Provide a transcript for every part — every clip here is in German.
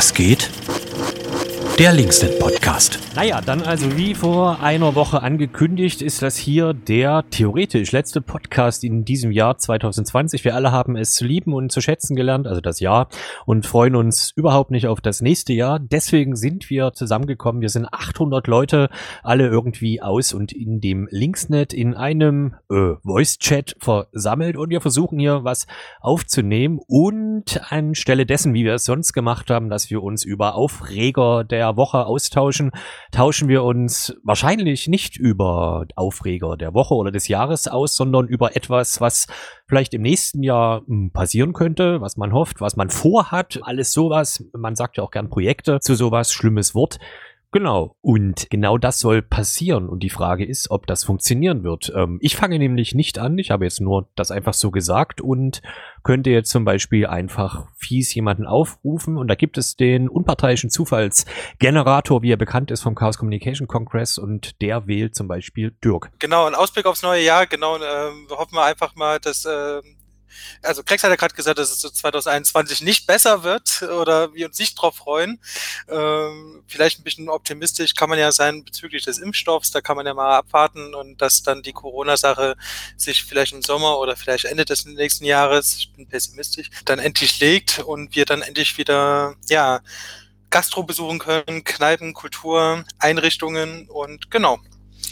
Was geht? Der Linksnet-Podcast. Naja, dann also wie vor einer Woche angekündigt, ist das hier der theoretisch letzte Podcast in diesem Jahr 2020. Wir alle haben es zu lieben und zu schätzen gelernt, also das Jahr, und freuen uns überhaupt nicht auf das nächste Jahr. Deswegen sind wir zusammengekommen. Wir sind 800 Leute, alle irgendwie aus und in dem Linksnet in einem Voice-Chat versammelt, und wir versuchen hier was aufzunehmen und anstelle dessen, wie wir es sonst gemacht haben, dass wir uns über Aufreger der Woche austauschen, tauschen wir uns wahrscheinlich nicht über Aufreger der Woche oder des Jahres aus, sondern über etwas, was vielleicht im nächsten Jahr passieren könnte, was man hofft, was man vorhat, alles sowas. Man sagt ja auch gern Projekte zu sowas, schlimmes Wort. Genau, und genau das soll passieren, und die Frage ist, ob das funktionieren wird. Ich fange nämlich nicht an, ich habe jetzt nur das einfach so gesagt und könnte jetzt zum Beispiel einfach fies jemanden aufrufen, und da gibt es den unparteiischen Zufallsgenerator, wie er bekannt ist vom Chaos Communication Congress, und der wählt zum Beispiel Dirk. Genau, ein Ausblick aufs neue Jahr, genau, hoffen wir einfach mal, dass also Klex hat ja gerade gesagt, dass es so 2021 nicht besser wird oder wir uns nicht drauf freuen. Vielleicht ein bisschen optimistisch kann man ja sein bezüglich des Impfstoffs, da kann man ja mal abwarten, und dass dann die Corona-Sache sich vielleicht im Sommer oder vielleicht Ende des nächsten Jahres, ich bin pessimistisch, dann endlich legt und wir dann endlich wieder, ja, Gastro besuchen können, Kneipen, Kultur, Einrichtungen, und genau.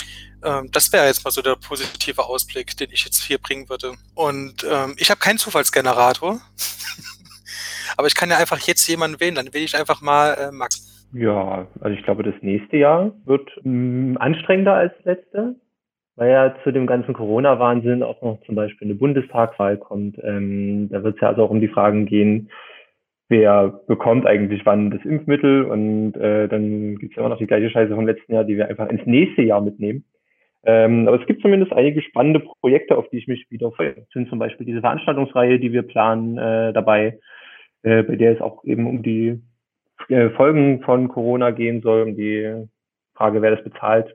Das wäre jetzt mal so der positive Ausblick, den ich jetzt hier bringen würde. Und ich habe keinen Zufallsgenerator, aber ich kann ja einfach jetzt jemanden wählen, dann wähle ich einfach mal Max. Ja, also ich glaube, das nächste Jahr wird anstrengender als das letzte, weil ja zu dem ganzen Corona-Wahnsinn auch noch zum Beispiel eine Bundestagswahl kommt. Da wird es ja also auch um die Fragen gehen, wer bekommt eigentlich wann das Impfmittel, und dann gibt es ja immer noch die gleiche Scheiße vom letzten Jahr, die wir einfach ins nächste Jahr mitnehmen. Aber es gibt zumindest einige spannende Projekte, auf die ich mich wieder freue. Es sind zum Beispiel diese Veranstaltungsreihe, die wir planen, dabei, bei der es auch eben um die Folgen von Corona gehen soll, um die Frage, wer das bezahlt.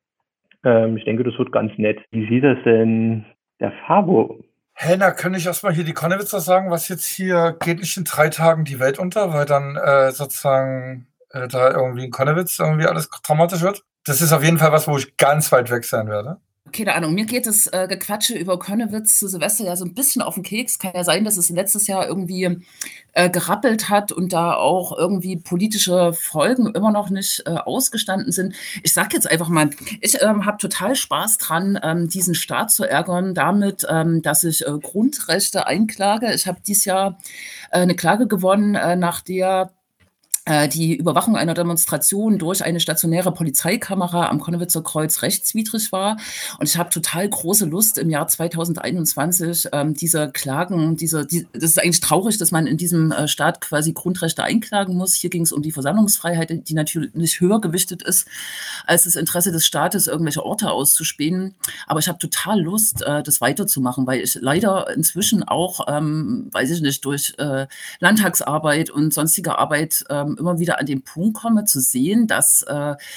Ich denke, das wird ganz nett. Wie sieht das denn der Fabo? Hey, da könnte ich erstmal hier die Konnewitzer sagen, was jetzt hier geht nicht in 3 Tagen die Welt unter, weil dann sozusagen da irgendwie in Konnewitz irgendwie alles dramatisch wird. Das ist auf jeden Fall was, wo ich ganz weit weg sein werde. Keine Ahnung, mir geht das Gequatsche über Konnewitz zu Silvester ja so ein bisschen auf den Keks. Kann ja sein, dass es letztes Jahr irgendwie gerappelt hat und da auch irgendwie politische Folgen immer noch nicht ausgestanden sind. Ich sag jetzt einfach mal, ich habe total Spaß dran, diesen Staat zu ärgern damit, dass ich Grundrechte einklage. Ich habe dieses Jahr eine Klage gewonnen, nach der die Überwachung einer Demonstration durch eine stationäre Polizeikamera am Konnewitzer Kreuz rechtswidrig war. Und ich habe total große Lust im Jahr 2021, diese Klagen, das ist eigentlich traurig, dass man in diesem Staat quasi Grundrechte einklagen muss. Hier ging es um die Versammlungsfreiheit, die natürlich höher gewichtet ist, als das Interesse des Staates, irgendwelche Orte auszuspähen. Aber ich habe total Lust, das weiterzumachen, weil ich leider inzwischen auch, weiß ich nicht, durch Landtagsarbeit und sonstige Arbeit immer wieder an den Punkt komme, zu sehen, dass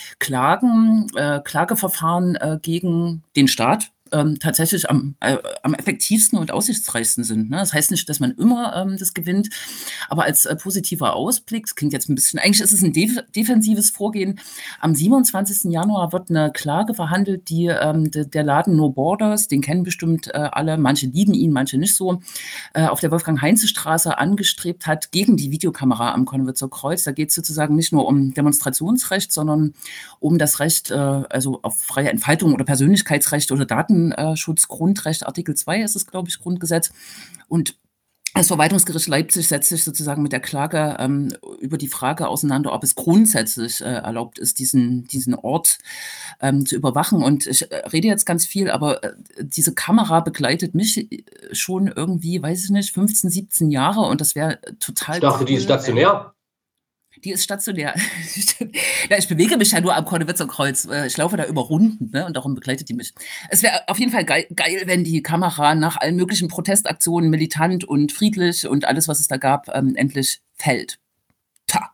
Klageverfahren gegen den Staat tatsächlich am effektivsten und aussichtsreichsten sind. Ne? Das heißt nicht, dass man immer das gewinnt, aber als positiver Ausblick, das klingt jetzt ein bisschen, eigentlich ist es ein defensives Vorgehen. Am 27. Januar wird eine Klage verhandelt, die der Laden No Borders, den kennen bestimmt alle, manche lieben ihn, manche nicht so, auf der Wolfgang-Heinze-Straße angestrebt hat gegen die Videokamera am Konnewitzer Kreuz. Da geht es sozusagen nicht nur um Demonstrationsrecht, sondern um das Recht, also auf freie Entfaltung oder Persönlichkeitsrecht oder Datenschutzgrundrecht, Artikel 2 ist es, glaube ich, Grundgesetz. Und das Verwaltungsgericht Leipzig setzt sich sozusagen mit der Klage über die Frage auseinander, ob es grundsätzlich erlaubt ist, diesen Ort zu überwachen. Und ich rede jetzt ganz viel, aber diese Kamera begleitet mich schon irgendwie, weiß ich nicht, 15, 17 Jahre, und das wäre total Ich dachte, cool. die ist stationär. Die ist stationär. Ja, ich bewege mich ja nur am Konnewitzer Kreuz. Ich laufe da über Runden, ne, und darum begleitet die mich. Es wäre auf jeden Fall geil, wenn die Kamera nach allen möglichen Protestaktionen militant und friedlich und alles, was es da gab, endlich fällt. Ta.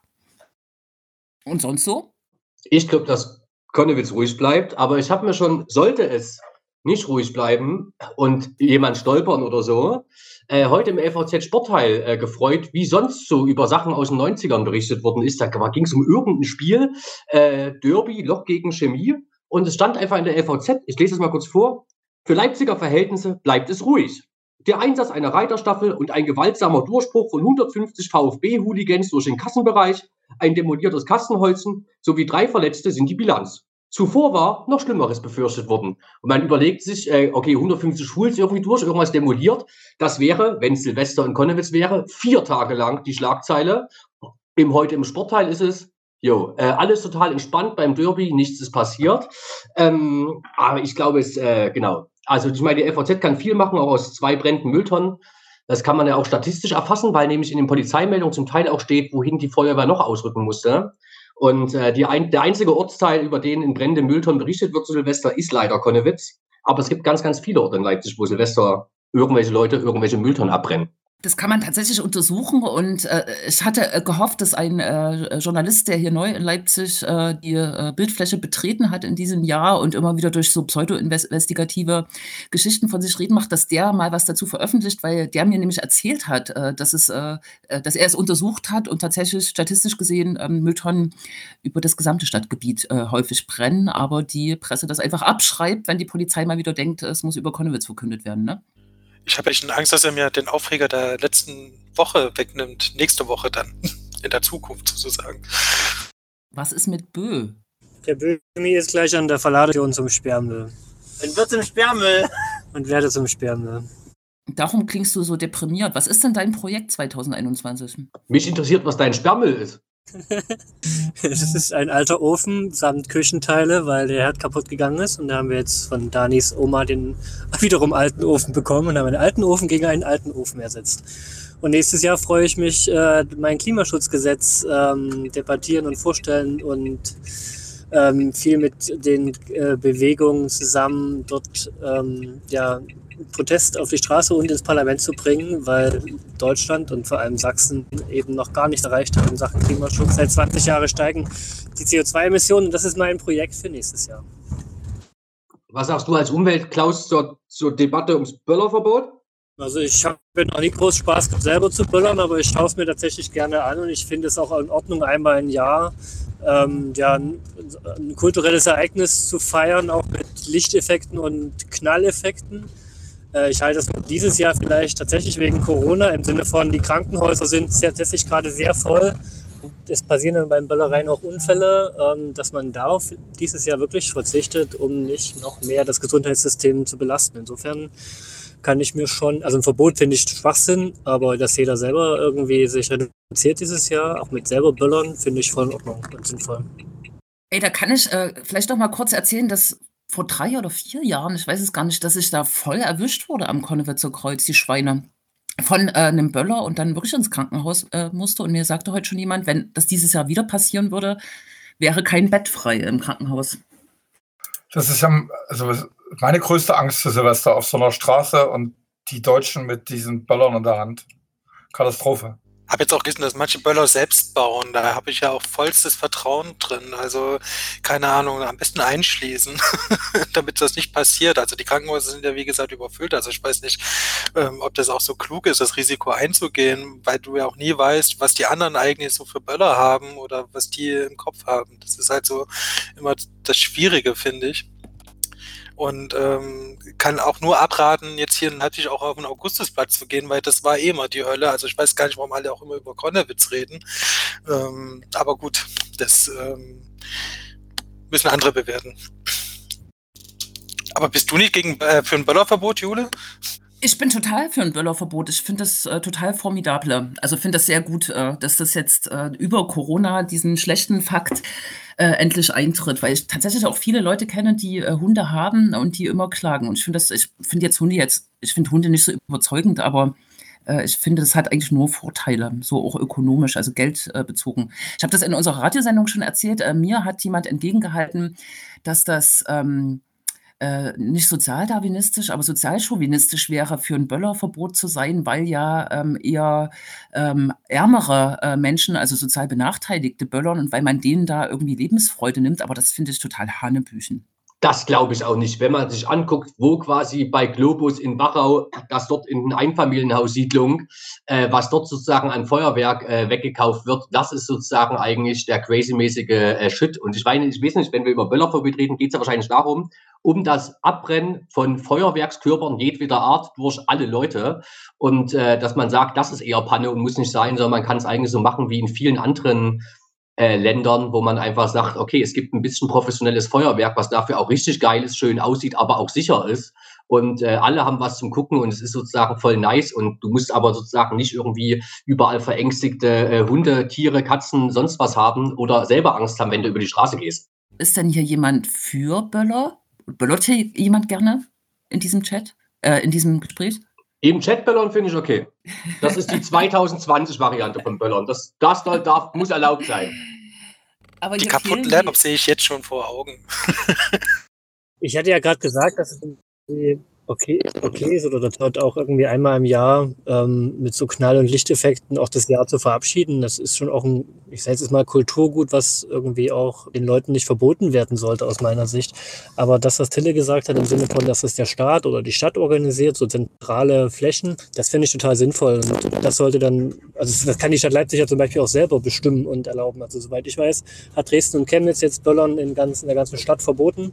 Und sonst so? Ich glaube, dass Konnewitz ruhig bleibt, aber ich habe mir schon, sollte es nicht ruhig bleiben und jemand stolpern oder so, heute im LVZ Sportteil gefreut, wie sonst so über Sachen aus den 90ern berichtet worden ist. Da ging es um irgendein Spiel, Derby, Lok gegen Chemie. Und es stand einfach in der LVZ, ich lese es mal kurz vor, für Leipziger Verhältnisse bleibt es ruhig. Der Einsatz einer Reiterstaffel und ein gewaltsamer Durchbruch von 150 VfB-Hooligans durch den Kassenbereich, ein demoliertes Kassenholzen sowie 3 Verletzte sind die Bilanz. Zuvor war noch Schlimmeres befürchtet worden. Und man überlegt sich, okay, 150 Schools irgendwie durch, irgendwas demoliert. Das wäre, wenn Silvester in Konnewitz wäre, 4 Tage lang die Schlagzeile. Heute im Sportteil ist es, alles total entspannt beim Derby, nichts ist passiert. Aber ich glaube, genau. Also ich meine, die LVZ kann viel machen, auch aus 2 brennenden Mülltonnen. Das kann man ja auch statistisch erfassen, weil nämlich in den Polizeimeldungen zum Teil auch steht, wohin die Feuerwehr noch ausrücken musste. Und der einzige Ortsteil, über den in brennenden Mülltonnen berichtet wird zu Silvester, ist leider Konnewitz. Aber es gibt ganz, ganz viele Orte in Leipzig, wo Silvester irgendwelche Leute irgendwelche Mülltonnen abbrennen. Das kann man tatsächlich untersuchen und ich hatte gehofft, dass ein Journalist, der hier neu in Leipzig die Bildfläche betreten hat in diesem Jahr und immer wieder durch so pseudo-investigative Geschichten von sich reden macht, dass der mal was dazu veröffentlicht, weil der mir nämlich erzählt hat, dass er es untersucht hat und tatsächlich statistisch gesehen Mülltonnen über das gesamte Stadtgebiet häufig brennen, aber die Presse das einfach abschreibt, wenn die Polizei mal wieder denkt, es muss über Konnewitz verkündet werden, ne? Ich habe echt Angst, dass er mir den Aufreger der letzten Woche wegnimmt. Nächste Woche dann. In der Zukunft sozusagen. Was ist mit Bö? Der Böhmi ist gleich an der Verladestation zum Sperrmüll. Und wird zum Sperrmüll. Und werde zum Sperrmüll. Darum klingst du so deprimiert. Was ist denn dein Projekt 2021? Mich interessiert, was dein Sperrmüll ist. Das ist ein alter Ofen samt Küchenteile, weil der Herd kaputt gegangen ist. Und da haben wir jetzt von Danis Oma den wiederum alten Ofen bekommen und haben einen alten Ofen gegen einen alten Ofen ersetzt. Und nächstes Jahr freue ich mich, mein Klimaschutzgesetz debattieren und vorstellen und viel mit den Bewegungen zusammen dort Protest auf die Straße und ins Parlament zu bringen, weil Deutschland und vor allem Sachsen eben noch gar nicht erreicht hat in Sachen Klimaschutz. Seit 20 Jahren steigen die CO2-Emissionen und das ist mein Projekt für nächstes Jahr. Was sagst du als Umweltklaus zur Debatte ums Böllerverbot? Also ich habe noch nie groß Spaß gehabt, selber zu böllern, aber ich schaue es mir tatsächlich gerne an und ich finde es auch in Ordnung, einmal im Jahr ein kulturelles Ereignis zu feiern, auch mit Lichteffekten und Knalleffekten. Ich halte es dieses Jahr vielleicht tatsächlich wegen Corona im Sinne von, die Krankenhäuser sind tatsächlich gerade sehr voll. Es passieren dann beim Böllereien auch Unfälle, dass man darauf dieses Jahr wirklich verzichtet, um nicht noch mehr das Gesundheitssystem zu belasten. Insofern kann ich mir schon, also ein Verbot finde ich Schwachsinn, aber dass jeder selber irgendwie sich reduziert dieses Jahr, auch mit selber Böllern, finde ich voll in Ordnung und sinnvoll. Ey, da kann ich vielleicht noch mal kurz erzählen, dass vor 3 oder 4 Jahren, ich weiß es gar nicht, dass ich da voll erwischt wurde am Konnewitzer Kreuz, die Schweine, von einem Böller und dann wirklich ins Krankenhaus musste. Und mir sagte heute schon jemand, wenn das dieses Jahr wieder passieren würde, wäre kein Bett frei im Krankenhaus. Das ist ja, also meine größte Angst für Silvester auf so einer Straße und die Deutschen mit diesen Böllern in der Hand. Katastrophe. Habe jetzt auch gesehen, dass manche Böller selbst bauen. Da habe ich ja auch vollstes Vertrauen drin. Also, keine Ahnung, am besten einschließen, damit das nicht passiert. Also die Krankenhäuser sind ja, wie gesagt, überfüllt. Also ich weiß nicht, ob das auch so klug ist, das Risiko einzugehen, weil du ja auch nie weißt, was die anderen eigentlich so für Böller haben oder was die im Kopf haben. Das ist halt so immer das Schwierige, finde ich. Und kann auch nur abraten, jetzt hier natürlich auch auf den Augustusplatz zu gehen, weil das war immer die Hölle. Also ich weiß gar nicht, warum alle auch immer über Konnewitz reden. Aber gut, das müssen andere bewerten. Aber bist du nicht für ein Böllerverbot, Jule? Ich bin total für ein Böllerverbot. Ich finde das total formidable. Also finde das sehr gut, dass das jetzt über Corona diesen schlechten Fakt endlich eintritt, weil ich tatsächlich auch viele Leute kenne, die Hunde haben und die immer klagen. Und ich finde Hunde nicht so überzeugend, aber ich finde, das hat eigentlich nur Vorteile, so auch ökonomisch, also geldbezogen. Ich habe das in unserer Radiosendung schon erzählt. Mir hat jemand entgegengehalten, dass das nicht sozialdarwinistisch, aber sozialchauvinistisch wäre, für ein Böllerverbot zu sein, weil ja eher ärmere Menschen, also sozial Benachteiligte, böllern und weil man denen da irgendwie Lebensfreude nimmt. Aber das finde ich total Hanebüchen. Das glaube ich auch nicht. Wenn man sich anguckt, wo quasi bei Globus in Wachau, dass dort in einer Einfamilienhaussiedlung, was dort sozusagen an Feuerwerk weggekauft wird, das ist sozusagen eigentlich der crazy-mäßige Shit. Und ich weiß nicht, wenn wir über Böllerverbot reden, geht es ja wahrscheinlich darum, um das Abbrennen von Feuerwerkskörpern jedweder Art durch alle Leute. Und dass man sagt, das ist eher Panne und muss nicht sein, sondern man kann es eigentlich so machen wie in vielen anderen Ländern, wo man einfach sagt, okay, es gibt ein bisschen professionelles Feuerwerk, was dafür auch richtig geil ist, schön aussieht, aber auch sicher ist. Und alle haben was zum Gucken und es ist sozusagen voll nice. Und du musst aber sozusagen nicht irgendwie überall verängstigte Hunde, Tiere, Katzen, sonst was haben oder selber Angst haben, wenn du über die Straße gehst. Ist denn hier jemand für Böller? Böllert hier jemand gerne in diesem Chat, in diesem Gespräch? Im Chat Böllern finde ich okay. Das ist die 2020-Variante von Böllern. Das muss erlaubt sein. Aber Die hier kaputten fehlen Laptops sehe ich jetzt schon vor Augen. Ich hatte ja gerade gesagt, dass es irgendwie okay ist oder dort auch irgendwie einmal im Jahr mit so Knall- und Lichteffekten auch das Jahr zu verabschieden. Das ist schon auch ein, ich sage jetzt mal, Kulturgut, was irgendwie auch den Leuten nicht verboten werden sollte aus meiner Sicht. Aber das, was Tille gesagt hat, im Sinne von, dass es der Staat oder die Stadt organisiert, so zentrale Flächen, das finde ich total sinnvoll. Und das sollte dann, also das kann die Stadt Leipzig ja zum Beispiel auch selber bestimmen und erlauben. Also soweit ich weiß, hat Dresden und Chemnitz jetzt Böllern in der ganzen Stadt verboten.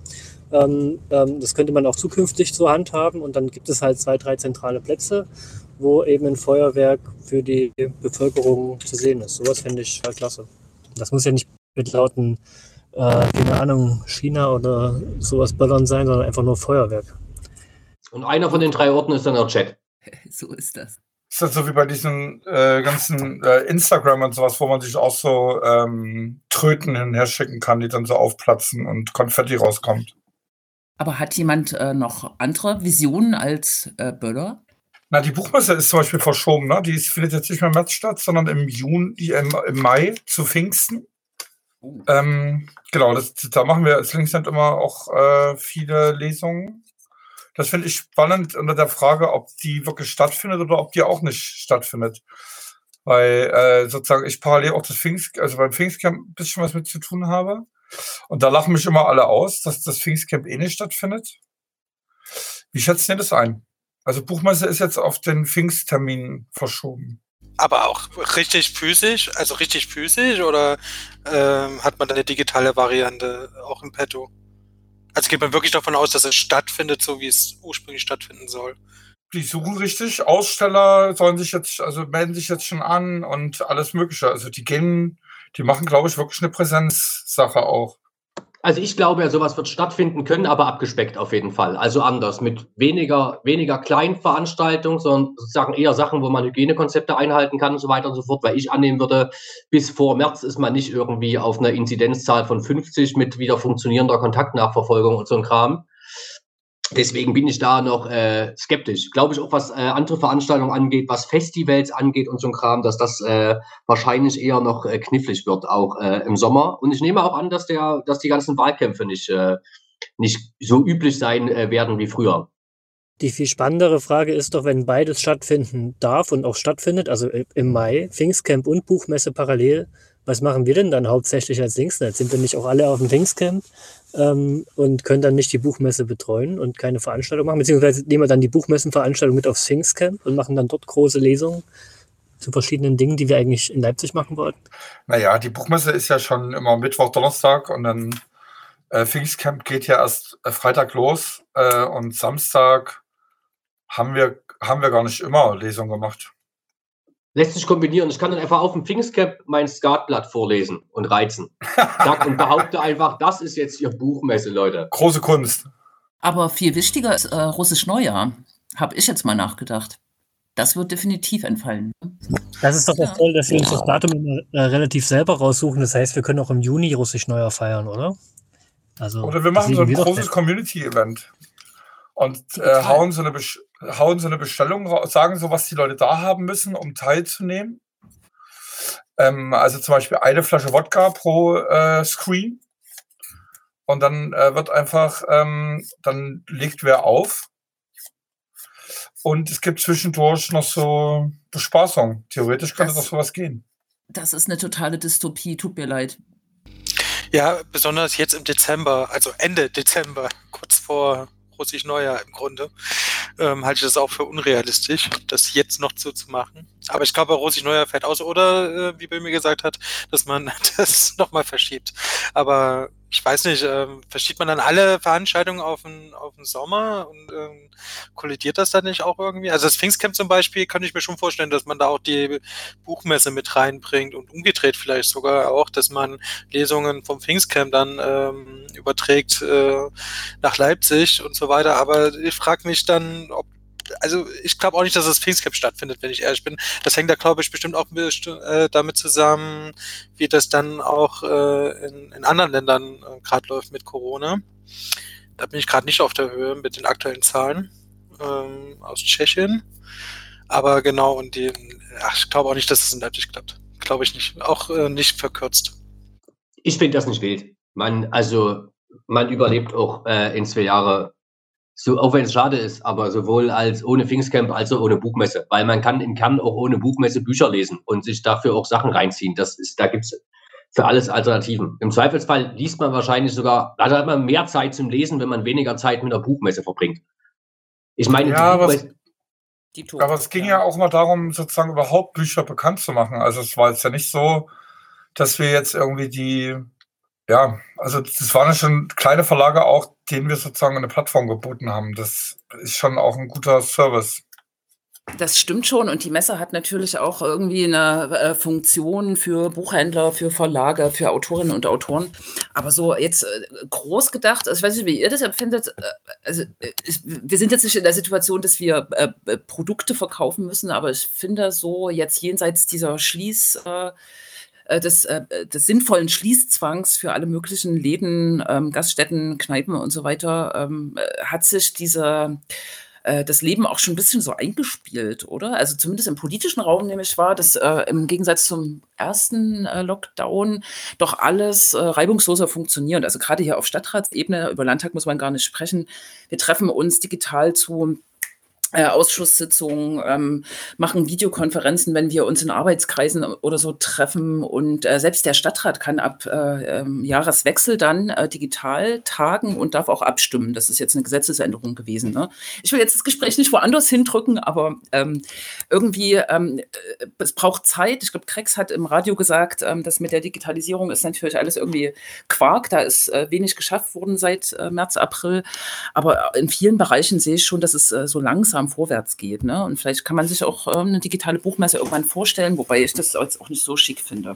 Das könnte man auch zukünftig so handhaben und dann gibt es halt 2, 3 zentrale Plätze, wo eben ein Feuerwerk für die Bevölkerung zu sehen ist. Sowas finde ich halt klasse. Das muss ja nicht mit lauten, keine Ahnung, China oder sowas Böllern sein, sondern einfach nur Feuerwerk. Und einer von den 3 Orten ist dann der Chat. So ist das. Ist das so wie bei diesen ganzen Instagram und sowas, wo man sich auch so Tröten hinher schicken kann, die dann so aufplatzen und Konfetti rauskommt? Aber hat jemand noch andere Visionen als Böller? Na, die Buchmesse ist zum Beispiel verschoben, ne? Die findet jetzt nicht mehr im März statt, sondern im Mai zu Pfingsten. Genau, da machen wir als Linksnet immer auch viele Lesungen. Das finde ich spannend unter der Frage, ob die wirklich stattfindet oder ob die auch nicht stattfindet. Weil sozusagen ich parallel auch beim Pfingstcamp ein bisschen was mit zu tun habe. Und da lachen mich immer alle aus, dass das Pfingstcamp eh nicht stattfindet. Wie schätzen ihr das ein? Also Buchmesse ist jetzt auf den Pfingsttermin verschoben. Aber auch richtig physisch oder hat man da eine digitale Variante auch im Petto? Also geht man wirklich davon aus, dass es stattfindet, so wie es ursprünglich stattfinden soll? Die suchen richtig, Aussteller melden sich jetzt schon an und alles Mögliche. Also die machen, glaube ich, wirklich eine Präsenzsache auch. Also ich glaube ja, sowas wird stattfinden können, aber abgespeckt auf jeden Fall. Also anders, mit weniger kleinen Veranstaltungen, sondern sozusagen eher Sachen, wo man Hygienekonzepte einhalten kann und so weiter und so fort, weil ich annehmen würde, bis vor März ist man nicht irgendwie auf einer Inzidenzzahl von 50 mit wieder funktionierender Kontaktnachverfolgung und so ein Kram. Deswegen bin ich da noch skeptisch. Glaube ich auch, was andere Veranstaltungen angeht, was Festivals angeht und so ein Kram, dass das wahrscheinlich eher noch knifflig wird, auch im Sommer. Und ich nehme auch an, dass die ganzen Wahlkämpfe nicht so üblich sein werden wie früher. Die viel spannendere Frage ist doch, wenn beides stattfinden darf und auch stattfindet, also im Mai, Pfingstcamp und Buchmesse parallel, was machen wir denn dann hauptsächlich als Linksnet? Sind wir nicht auch alle auf dem Pfingstcamp und können dann nicht die Buchmesse betreuen und keine Veranstaltung machen? Beziehungsweise nehmen wir dann die Buchmessenveranstaltung mit aufs Pfingstcamp und machen dann dort große Lesungen zu verschiedenen Dingen, die wir eigentlich in Leipzig machen wollten? Naja, die Buchmesse ist ja schon immer Mittwoch, Donnerstag und dann Pfingstcamp geht ja erst Freitag los und Samstag haben wir gar nicht immer Lesungen gemacht. Lässt sich kombinieren. Ich kann dann einfach auf dem Pfingstcamp mein Skatblatt vorlesen und reizen. Und behaupte einfach, das ist jetzt hier Buchmesse, Leute. Große Kunst. Aber viel wichtiger ist Russisch Neujahr. Habe ich jetzt mal nachgedacht. Das wird definitiv entfallen. Das ist doch das Tolle, dass wir uns das Datum immer relativ selber raussuchen. Das heißt, wir können auch im Juni Russisch Neujahr feiern, oder? Also, oder wir machen so ein großes Community-Event und hauen so eine Bestellung raus, sagen so, was die Leute da haben müssen, um teilzunehmen. Also zum Beispiel eine Flasche Wodka pro Screen. Und dann wird einfach, dann legt wer auf. Und es gibt zwischendurch noch so Bespaßung. Theoretisch könnte das sowas gehen. Das ist eine totale Dystopie, tut mir leid. Ja, besonders jetzt im Dezember, also Ende Dezember. vor Russisch Neujahr im Grunde, halte ich das auch für unrealistisch, das jetzt noch zu machen. Aber ich glaube, Russisch Neujahr fällt aus, oder wie Bill mir gesagt hat, dass man das nochmal verschiebt. Aber ich weiß nicht, verschiebt man dann alle Veranstaltungen auf den Sommer und kollidiert das dann nicht auch irgendwie? Also das Pfingstcamp zum Beispiel kann ich mir schon vorstellen, dass man da auch die Buchmesse mit reinbringt und umgedreht vielleicht sogar auch, dass man Lesungen vom Pfingstcamp dann überträgt nach Leipzig und so weiter. Aber ich frage mich dann, also ich glaube auch nicht, dass das Pfingstcamp stattfindet, wenn ich ehrlich bin. Das hängt da, glaube ich, bestimmt auch damit zusammen, wie das dann auch in anderen Ländern gerade läuft mit Corona. Da bin ich gerade nicht auf der Höhe mit den aktuellen Zahlen aus Tschechien. Aber genau, und ich glaube auch nicht, dass es in Leipzig klappt. Glaube ich nicht. Auch nicht verkürzt. Ich finde das nicht wild. Man überlebt auch in 2 Jahre, so, auch wenn es schade ist, aber sowohl als ohne Pfingstcamp als auch ohne Buchmesse. Weil man kann im Kern auch ohne Buchmesse Bücher lesen und sich dafür auch Sachen reinziehen. Da gibt es für alles Alternativen. Im Zweifelsfall liest man wahrscheinlich sogar, also hat man mehr Zeit zum Lesen, wenn man weniger Zeit mit einer Buchmesse verbringt. Ich meine, ja, aber es ging ja auch mal darum, sozusagen überhaupt Bücher bekannt zu machen. Also es war jetzt ja nicht so, dass wir jetzt irgendwie also das waren ja schon kleine Verlage auch, denen wir sozusagen eine Plattform geboten haben. Das ist schon auch ein guter Service. Das stimmt schon, und die Messe hat natürlich auch irgendwie eine Funktion für Buchhändler, für Verlage, für Autorinnen und Autoren. Aber so jetzt groß gedacht, also ich weiß nicht, wie ihr das empfindet, wir sind jetzt nicht in der Situation, dass wir Produkte verkaufen müssen, aber ich finde so jetzt jenseits dieser des sinnvollen Schließzwangs für alle möglichen Läden, Gaststätten, Kneipen und so weiter, hat sich das Leben auch schon ein bisschen so eingespielt, oder? Also zumindest im politischen Raum nämlich war das im Gegensatz zum ersten Lockdown doch alles reibungsloser funktioniert. Also gerade hier auf Stadtratsebene, über Landtag muss man gar nicht sprechen. Wir treffen uns digital zu Ausschusssitzungen, machen Videokonferenzen, wenn wir uns in Arbeitskreisen oder so treffen, und selbst der Stadtrat kann ab Jahreswechsel dann digital tagen und darf auch abstimmen. Das ist jetzt eine Gesetzesänderung gewesen. Ne? Ich will jetzt das Gespräch nicht woanders hindrücken, aber irgendwie, es braucht Zeit. Ich glaube, Krex hat im Radio gesagt, dass mit der Digitalisierung ist natürlich alles irgendwie Quark. Da ist wenig geschafft worden seit März, April. Aber in vielen Bereichen sehe ich schon, dass es so langsam vorwärts geht. Ne? Und vielleicht kann man sich auch eine digitale Buchmesse irgendwann vorstellen, wobei ich das jetzt auch nicht so schick finde.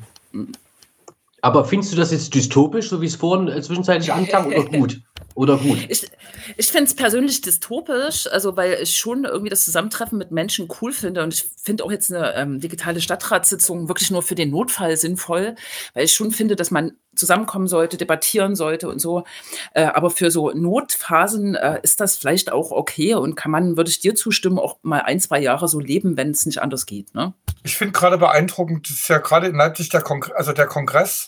Aber findest du das jetzt dystopisch, so wie es vorhin zwischenzeitlich anklang, oder gut? Ich finde es persönlich dystopisch, also weil ich schon irgendwie das Zusammentreffen mit Menschen cool finde, und ich finde auch jetzt eine digitale Stadtratssitzung wirklich nur für den Notfall sinnvoll, weil ich schon finde, dass man zusammenkommen sollte, debattieren sollte und so. Aber für so Notphasen ist das vielleicht auch okay, und würde ich dir zustimmen, auch mal 1-2 Jahre so leben, wenn es nicht anders geht. Ne? Ich finde gerade beeindruckend, dass ja gerade in Leipzig der Kongress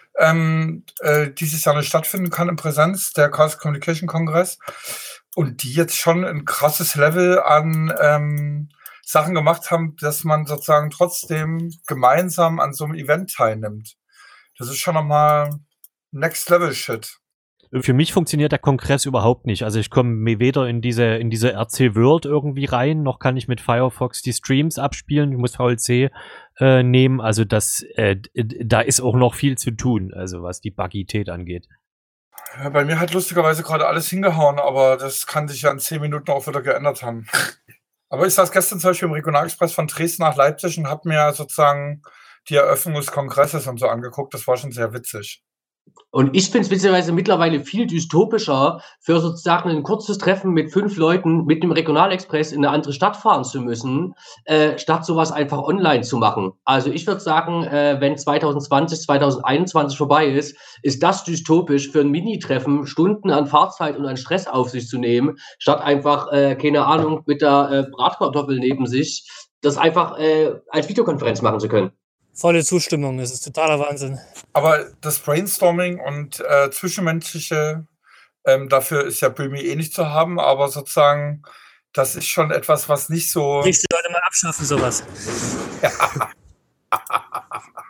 dieses Jahr nicht stattfinden kann in Präsenz, der Chaos Communication Kongress, und die jetzt schon ein krasses Level an Sachen gemacht haben, dass man sozusagen trotzdem gemeinsam an so einem Event teilnimmt. Das ist schon nochmal Next-Level-Shit. Für mich funktioniert der Kongress überhaupt nicht. Also ich komme weder in diese RC World irgendwie rein, noch kann ich mit Firefox die Streams abspielen. Ich muss VLC nehmen. Also da ist auch noch viel zu tun, also was die Bugität angeht. Ja, bei mir hat lustigerweise gerade alles hingehauen, aber das kann sich ja in 10 Minuten auch wieder geändert haben. Aber ich saß gestern zum Beispiel im Regionalexpress von Dresden nach Leipzig und habe mir sozusagen die Eröffnung des Kongresses und so angeguckt. Das war schon sehr witzig. Und ich finde es witzigerweise mittlerweile viel dystopischer, für sozusagen ein kurzes Treffen mit 5 Leuten mit dem Regionalexpress in eine andere Stadt fahren zu müssen, statt sowas einfach online zu machen. Also ich würde sagen, wenn 2020, 2021 vorbei ist das dystopisch, für ein Mini-Treffen Stunden an Fahrzeit und an Stress auf sich zu nehmen, statt einfach, keine Ahnung, mit der Bratkartoffel neben sich, das einfach als Videokonferenz machen zu können. Volle Zustimmung, das ist totaler Wahnsinn. Aber das Brainstorming und Zwischenmenschliche, dafür ist ja Böhmi nicht zu haben, aber sozusagen, das ist schon etwas, was nicht so... Nächste Leute mal abschaffen, sowas.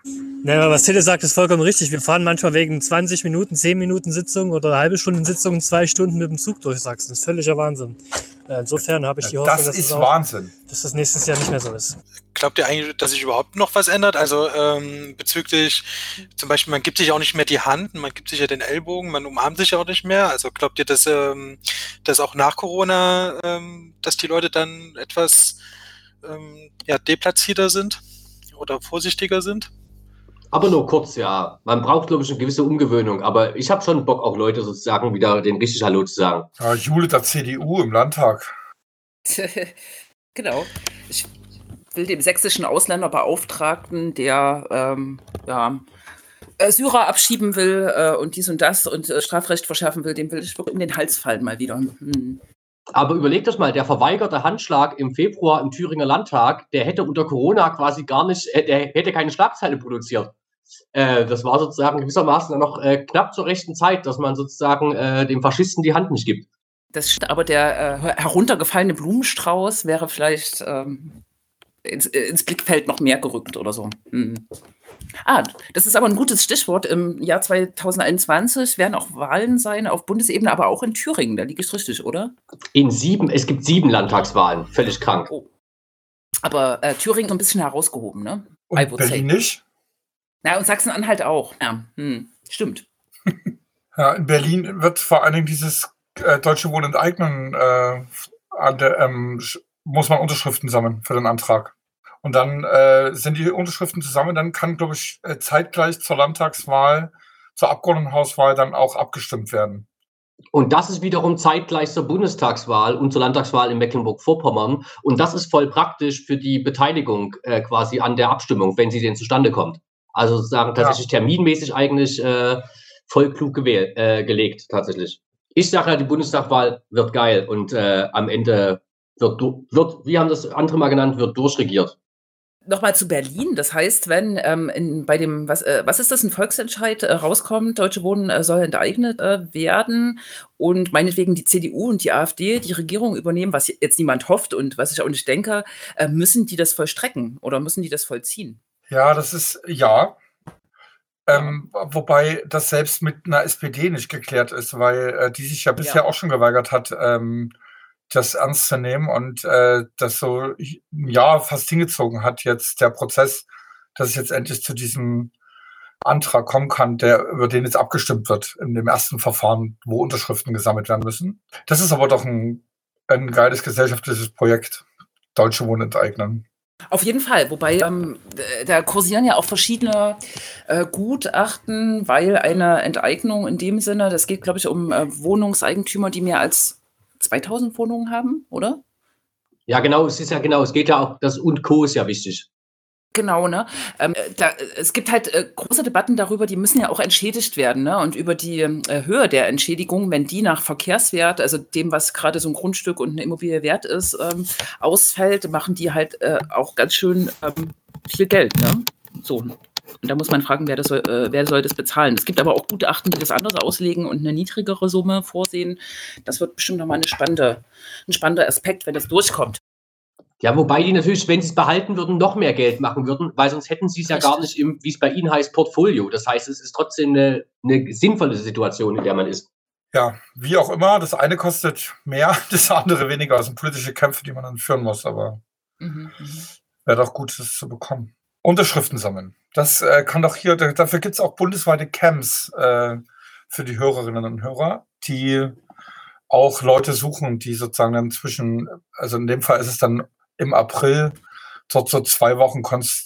Naja, was Tille sagt, ist vollkommen richtig. Wir fahren manchmal wegen 20 Minuten, 10 Minuten Sitzung oder eine halbe Stunde Sitzung 2 Stunden mit dem Zug durch Sachsen. Das ist völliger Wahnsinn. Insofern habe ich die Hoffnung, dass das nächstes Jahr nicht mehr so ist. Glaubt ihr eigentlich, dass sich überhaupt noch was ändert? Also bezüglich, zum Beispiel, man gibt sich auch nicht mehr die Hand, man gibt sich ja den Ellbogen, man umarmt sich auch nicht mehr. Also glaubt ihr, dass auch nach Corona, dass die Leute dann etwas deplatzierter sind oder vorsichtiger sind? Aber nur kurz, ja. Man braucht, glaube ich, eine gewisse Umgewöhnung. Aber ich habe schon Bock, auch Leute sozusagen wieder den richtig Hallo zu sagen. Ja, Jule der CDU im Landtag. Genau. Ich will dem sächsischen Ausländerbeauftragten, der Syrer abschieben will und dies und das und Strafrecht verschärfen will, dem will ich wirklich in den Hals fallen mal wieder. Aber überlegt euch mal, der verweigerte Handschlag im Februar im Thüringer Landtag, der hätte unter Corona quasi gar nicht, der hätte keine Schlagzeile produziert. Das war sozusagen gewissermaßen dann noch knapp zur rechten Zeit, dass man sozusagen dem Faschisten die Hand nicht gibt. Das stimmt, aber der heruntergefallene Blumenstrauß wäre vielleicht ins Blickfeld noch mehr gerückt oder so. Das ist aber ein gutes Stichwort. Im Jahr 2021 werden auch Wahlen sein auf Bundesebene, aber auch in Thüringen. Da liege ich richtig, oder? Es gibt 7 Landtagswahlen. Völlig krank. Oh. Aber Thüringen so ein bisschen herausgehoben, ne? Und Berlin nicht? Na, und Sachsen-Anhalt auch. Ja, stimmt. Ja, in Berlin wird vor allen Dingen dieses Deutsche Wohnen enteignen, muss man Unterschriften sammeln für den Antrag. Und dann sind die Unterschriften zusammen, dann kann, glaube ich, zeitgleich zur Landtagswahl, zur Abgeordnetenhauswahl dann auch abgestimmt werden. Und das ist wiederum zeitgleich zur Bundestagswahl und zur Landtagswahl in Mecklenburg-Vorpommern. Und das ist voll praktisch für die Beteiligung quasi an der Abstimmung, wenn sie denn zustande kommt. Also sozusagen tatsächlich terminmäßig eigentlich voll klug gelegt, tatsächlich. Ich sage ja, die Bundestagswahl wird geil und am Ende wird, wie haben das andere mal genannt, wird durchregiert. Nochmal zu Berlin. Das heißt, wenn bei dem, was ist das, ein Volksentscheid rauskommt, Deutsche Wohnen soll enteignet werden und meinetwegen die CDU und die AfD die Regierung übernehmen, was jetzt niemand hofft und was ich auch nicht denke, müssen die das vollstrecken oder müssen die das vollziehen? Ja, das ist, wobei das selbst mit einer SPD nicht geklärt ist, weil die sich ja bisher auch schon geweigert hat, das ernst zu nehmen und das so ein Jahr fast hingezogen hat jetzt der Prozess, dass es jetzt endlich zu diesem Antrag kommen kann, über den jetzt abgestimmt wird in dem ersten Verfahren, wo Unterschriften gesammelt werden müssen. Das ist aber doch ein geiles gesellschaftliches Projekt, Deutsche Wohnen enteignen. Auf jeden Fall, wobei da kursieren ja auch verschiedene Gutachten, weil eine Enteignung in dem Sinne, das geht, glaube ich, um Wohnungseigentümer, die mehr als 2000 Wohnungen haben, oder? Ja, genau, es geht ja auch, das und Co. ist ja wichtig. Genau, ne? Es gibt halt große Debatten darüber, die müssen ja auch entschädigt werden, ne? Und über die Höhe der Entschädigung, wenn die nach Verkehrswert, also dem, was gerade so ein Grundstück und eine Immobilie wert ist, ausfällt, machen die halt auch ganz schön viel Geld, ne? So. Und da muss man fragen, wer soll das bezahlen. Es gibt aber auch Gutachten, die das anders auslegen und eine niedrigere Summe vorsehen. Das wird bestimmt nochmal ein spannender Aspekt, wenn das durchkommt. Ja, wobei die natürlich, wenn sie es behalten würden, noch mehr Geld machen würden, weil sonst hätten sie es ja gar nicht im, wie es bei ihnen heißt, Portfolio. Das heißt, es ist trotzdem eine sinnvolle Situation, in der man ist. Ja, wie auch immer, das eine kostet mehr, das andere weniger. Das sind politische Kämpfe, die man dann führen muss, aber wäre doch gut, das zu bekommen. Unterschriften sammeln. Das kann doch hier, dafür gibt es auch bundesweite Camps für die Hörerinnen und Hörer, die auch Leute suchen, die sozusagen dann also in dem Fall ist es dann im April dort so 2 Wochen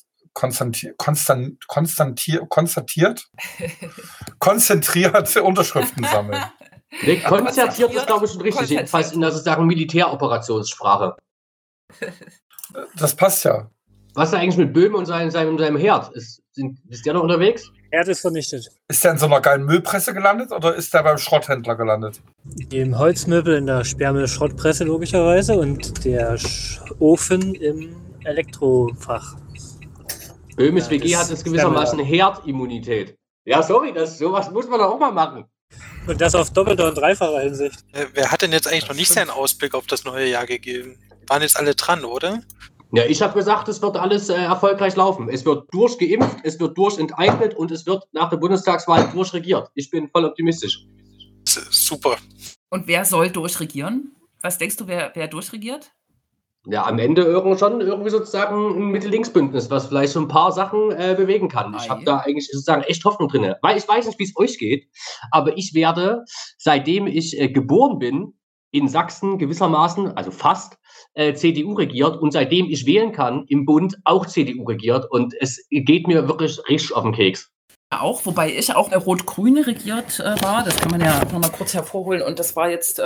konzentriert Unterschriften sammeln. Nee, konzertiert ist, glaube ich, schon richtig. Jedenfalls in der sozusagen Militäroperationssprache. Das passt ja. Was ist eigentlich mit Böhme und seinem Herd? Ist der noch unterwegs? Herd ist vernichtet. Ist der in so einer geilen Müllpresse gelandet oder ist der beim Schrotthändler gelandet? Im Holzmöbel in der Sperrmüll-Schrottpresse logischerweise und der Ofen im Elektrofach. Böhmes WG hat jetzt gewissermaßen Herdimmunität. Ja, sorry, sowas muss man doch auch mal machen. Und das auf doppelter und dreifacher Hinsicht. Wer hat denn jetzt eigentlich noch nicht seinen Ausblick auf das neue Jahr gegeben? Waren jetzt alle dran, oder? Ja, ich habe gesagt, es wird alles erfolgreich laufen. Es wird durchgeimpft, es wird durchenteignet und es wird nach der Bundestagswahl durchregiert. Ich bin voll optimistisch. Super. Und wer soll durchregieren? Was denkst du, wer durchregiert? Ja, am Ende irgendwie sozusagen ein Mitte-Links-Bündnis, was vielleicht so ein paar Sachen bewegen kann. Ich habe da eigentlich sozusagen echt Hoffnung drin. Weil ich weiß nicht, wie es euch geht, aber ich werde, seitdem ich geboren bin, in Sachsen gewissermaßen, also fast, CDU regiert und seitdem ich wählen kann, im Bund auch CDU regiert und es geht mir wirklich richtig auf den Keks. Auch, wobei ich auch rot-grün regiert war, das kann man ja noch mal kurz hervorholen und das war jetzt,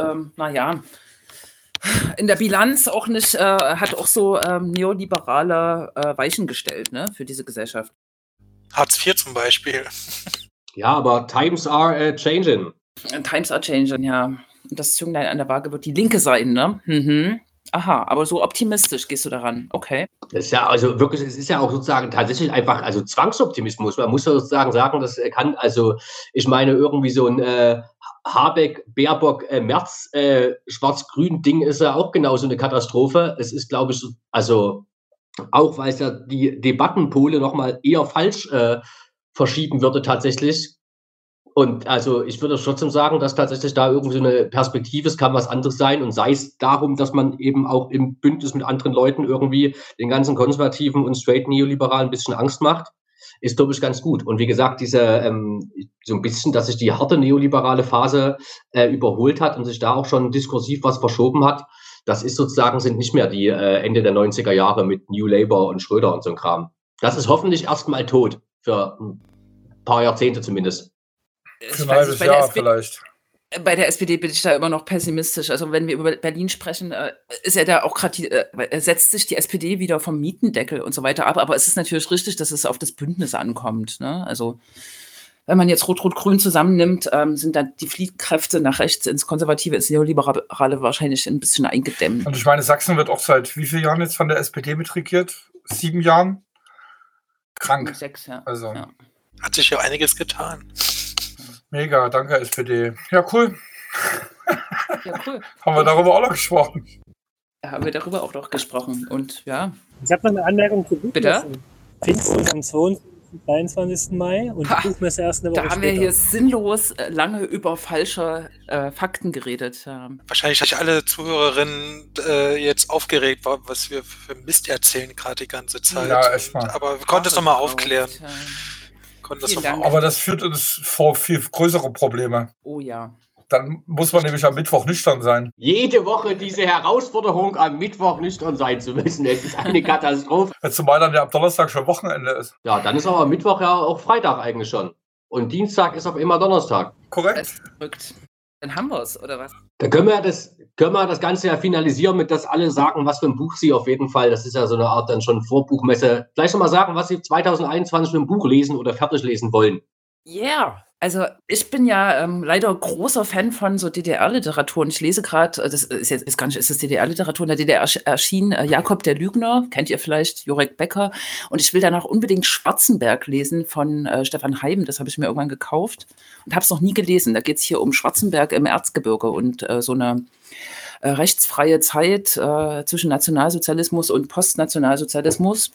in der Bilanz auch nicht, hat auch so neoliberale Weichen gestellt, ne, für diese Gesellschaft. Hartz IV zum Beispiel. Ja, aber times are changing. Times are changing, ja. Und das Zünglein an der Waage wird die Linke sein, ne? Mhm. Aha, aber so optimistisch gehst du daran, okay. Das ist ja also wirklich, es ist ja auch sozusagen tatsächlich einfach, also Zwangsoptimismus. Man muss sozusagen sagen, das kann, also ich meine irgendwie so ein Habeck, Baerbock, Merz, Schwarz-Grün-Ding ist ja auch genauso eine Katastrophe. Es ist, glaube ich, also auch, weil es ja die Debattenpole nochmal eher falsch verschieben würde tatsächlich. Und also ich würde trotzdem sagen, dass tatsächlich da irgendwie so eine Perspektive, es kann was anderes sein und sei es darum, dass man eben auch im Bündnis mit anderen Leuten irgendwie den ganzen Konservativen und straight Neoliberalen ein bisschen Angst macht, ist, glaube ich, ganz gut. Und wie gesagt, diese so ein bisschen, dass sich die harte neoliberale Phase überholt hat und sich da auch schon diskursiv was verschoben hat, das ist sozusagen, sind nicht mehr die Ende der 90er Jahre mit New Labour und Schröder und so ein Kram. Das ist hoffentlich erstmal tot, für ein paar Jahrzehnte zumindest. Für ein halbes Jahr vielleicht. Bei der SPD bin ich da immer noch pessimistisch. Also wenn wir über Berlin sprechen, ist ja da auch gerade, setzt sich die SPD wieder vom Mietendeckel und so weiter ab. Aber es ist natürlich richtig, dass es auf das Bündnis ankommt. Ne? Also wenn man jetzt Rot-Rot-Grün zusammennimmt, sind dann die Fliehkräfte nach rechts ins Konservative, ins Neoliberale wahrscheinlich ein bisschen eingedämmt. Und ich meine, Sachsen wird auch seit wie vielen Jahren jetzt von der SPD mitregiert? 7 Jahren? Krank. 6, ja. Also. Ja. Hat sich ja einiges getan. Mega, danke SPD. Ja, cool. Ja, cool. Haben wir darüber auch noch gesprochen? Haben wir darüber auch noch gesprochen. Und ja. Ich habe noch eine Anmerkung zu Buchmesse. Bitte? Pfingsten am 22. 23. Mai und die Buchmesse erst eine Woche Da haben später. wir hier sinnlos lange über falsche Fakten geredet. Wahrscheinlich hat alle Zuhörerinnen jetzt aufgeregt, was wir für Mist erzählen gerade die ganze Zeit. Ja, echt mal. Aber wir konnten es nochmal aufklären. Aber das führt uns vor viel größere Probleme. Oh ja. Dann muss man nämlich am Mittwoch nüchtern sein. Jede Woche diese Herausforderung, am Mittwoch nüchtern sein zu müssen. Es ist eine Katastrophe. Zumal dann ja am Donnerstag schon Wochenende ist. Ja, dann ist aber am Mittwoch ja auch Freitag eigentlich schon. Und Dienstag ist auf immer Donnerstag. Korrekt. Dann haben wir es, oder was? Da können wir das Ganze ja finalisieren, mit dass alle sagen, was für ein Buch sie auf jeden Fall, das ist ja so eine Art dann schon Vorbuchmesse, vielleicht nochmal sagen, was sie 2021 für ein Buch lesen oder fertig lesen wollen. Yeah. Also ich bin ja leider großer Fan von so DDR-Literatur und ich lese gerade, das ist jetzt ist gar nicht, ist das DDR-Literatur, in der DDR erschien Jakob der Lügner, kennt ihr vielleicht, Jurek Becker, und ich will danach unbedingt Schwarzenberg lesen von Stefan Heim, das habe ich mir irgendwann gekauft und habe es noch nie gelesen. Da geht es hier um Schwarzenberg im Erzgebirge und so eine rechtsfreie Zeit zwischen Nationalsozialismus und Postnationalsozialismus.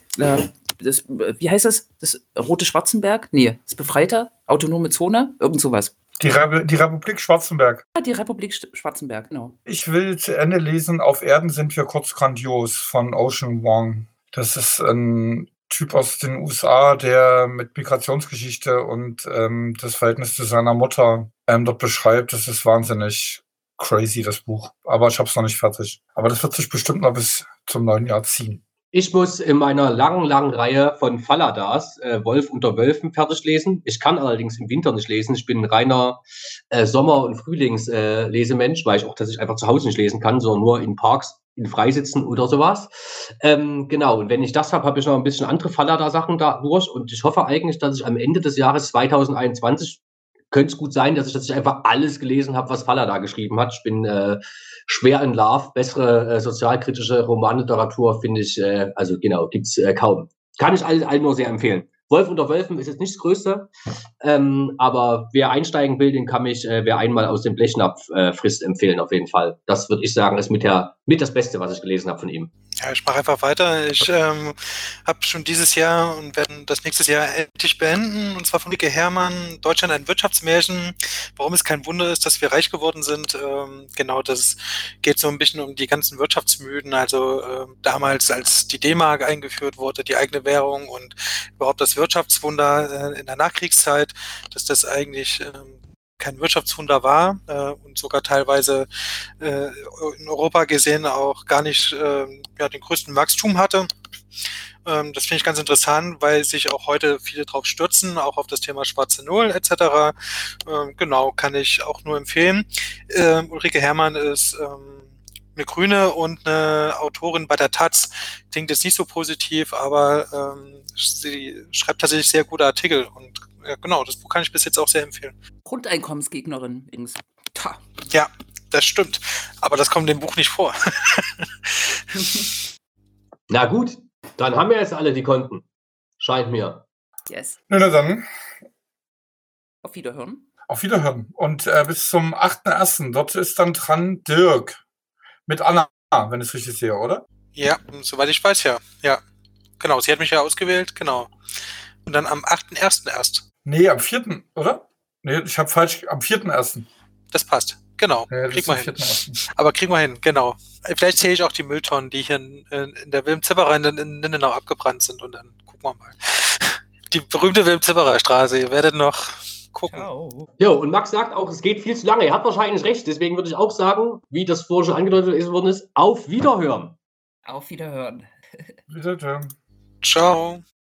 Wie heißt das? Das Rote Schwarzenberg? Nee, das Befreite? Autonome Zone? Irgend sowas. Die Republik Schwarzenberg. Ja, die Republik Schwarzenberg, genau. Ich will zu Ende lesen, Auf Erden sind wir kurz grandios von Ocean Vuong. Das ist ein Typ aus den USA, der mit Migrationsgeschichte und das Verhältnis zu seiner Mutter dort beschreibt. Das ist wahnsinnig crazy, das Buch. Aber ich habe es noch nicht fertig. Aber das wird sich bestimmt noch bis zum neuen Jahr ziehen. Ich muss in meiner langen Reihe von Falladas Wolf unter Wölfen fertig lesen. Ich kann allerdings im Winter nicht lesen. Ich bin ein reiner Sommer- und Frühlings-Lesemensch, weil ich auch tatsächlich einfach zu Hause nicht lesen kann, sondern nur in Parks, in Freisitzen oder sowas. Genau, und wenn ich das habe ich noch ein bisschen andere Fallada-Sachen da durch und ich hoffe eigentlich, dass ich am Ende des Jahres 2021 könnte es gut sein, dass ich einfach alles gelesen habe, was Fallada geschrieben hat. Ich bin schwer in Love. Bessere sozialkritische Romanliteratur finde ich, gibt's kaum. Kann ich allen nur sehr empfehlen. Wolf unter Wölfen ist jetzt nicht das Größte, aber wer einsteigen will, den kann mich, wer einmal aus dem Blechnapf frisst, empfehlen auf jeden Fall. Das würde ich sagen, ist mit das Beste, was ich gelesen habe von ihm. Ja, ich mache einfach weiter. Ich habe schon dieses Jahr und werden das nächstes Jahr endlich beenden. Und zwar von Ulrike Herrmann, Deutschland ein Wirtschaftsmärchen. Warum es kein Wunder ist, dass wir reich geworden sind. Genau, das geht so ein bisschen um die ganzen Wirtschaftsmythen. Also damals, als die D-Mark eingeführt wurde, die eigene Währung und überhaupt das Wirtschaftswunder in der Nachkriegszeit, dass das eigentlich kein Wirtschaftswunder war und sogar teilweise in Europa gesehen auch gar nicht den größten Wachstum hatte. Das finde ich ganz interessant, weil sich auch heute viele drauf stürzen, auch auf das Thema schwarze Null etc. Genau, kann ich auch nur empfehlen. Ulrike Herrmann ist eine Grüne und eine Autorin bei der Taz. Klingt jetzt nicht so positiv, aber sie schreibt tatsächlich sehr gute Artikel und ja, genau, das Buch kann ich bis jetzt auch sehr empfehlen. Grundeinkommensgegnerin übrigens. Ja, das stimmt. Aber das kommt im Buch nicht vor. Na gut, dann haben wir jetzt alle die Konten. Scheint mir. Yes. Na dann. Auf Wiederhören. Auf Wiederhören. Und bis zum 8.1. Dort ist dann dran Dirk. Mit Anna, wenn ich es richtig sehe, oder? Ja, soweit ich weiß, ja. Ja, genau. Sie hat mich ja ausgewählt, genau. Und dann am 8.1. erst. Nee, am 4., oder? Nee, ich habe falsch. Am 4.1. Das passt. Genau. Ja, kriegen wir hin. 4.1. Aber kriegen wir hin, genau. Vielleicht zähle ich auch die Mülltonnen, die hier in der Wilhelm-Zipperer in Lindenau abgebrannt sind. Und dann gucken wir mal. Die berühmte Wilhelm-Zipperer Straße. Ihr werdet noch gucken. Ciao. Jo, und Max sagt auch, es geht viel zu lange. Er hat wahrscheinlich recht. Deswegen würde ich auch sagen, wie das vorher schon angedeutet worden ist, auf Wiederhören. Auf Wiederhören. Wiederhören. Ciao.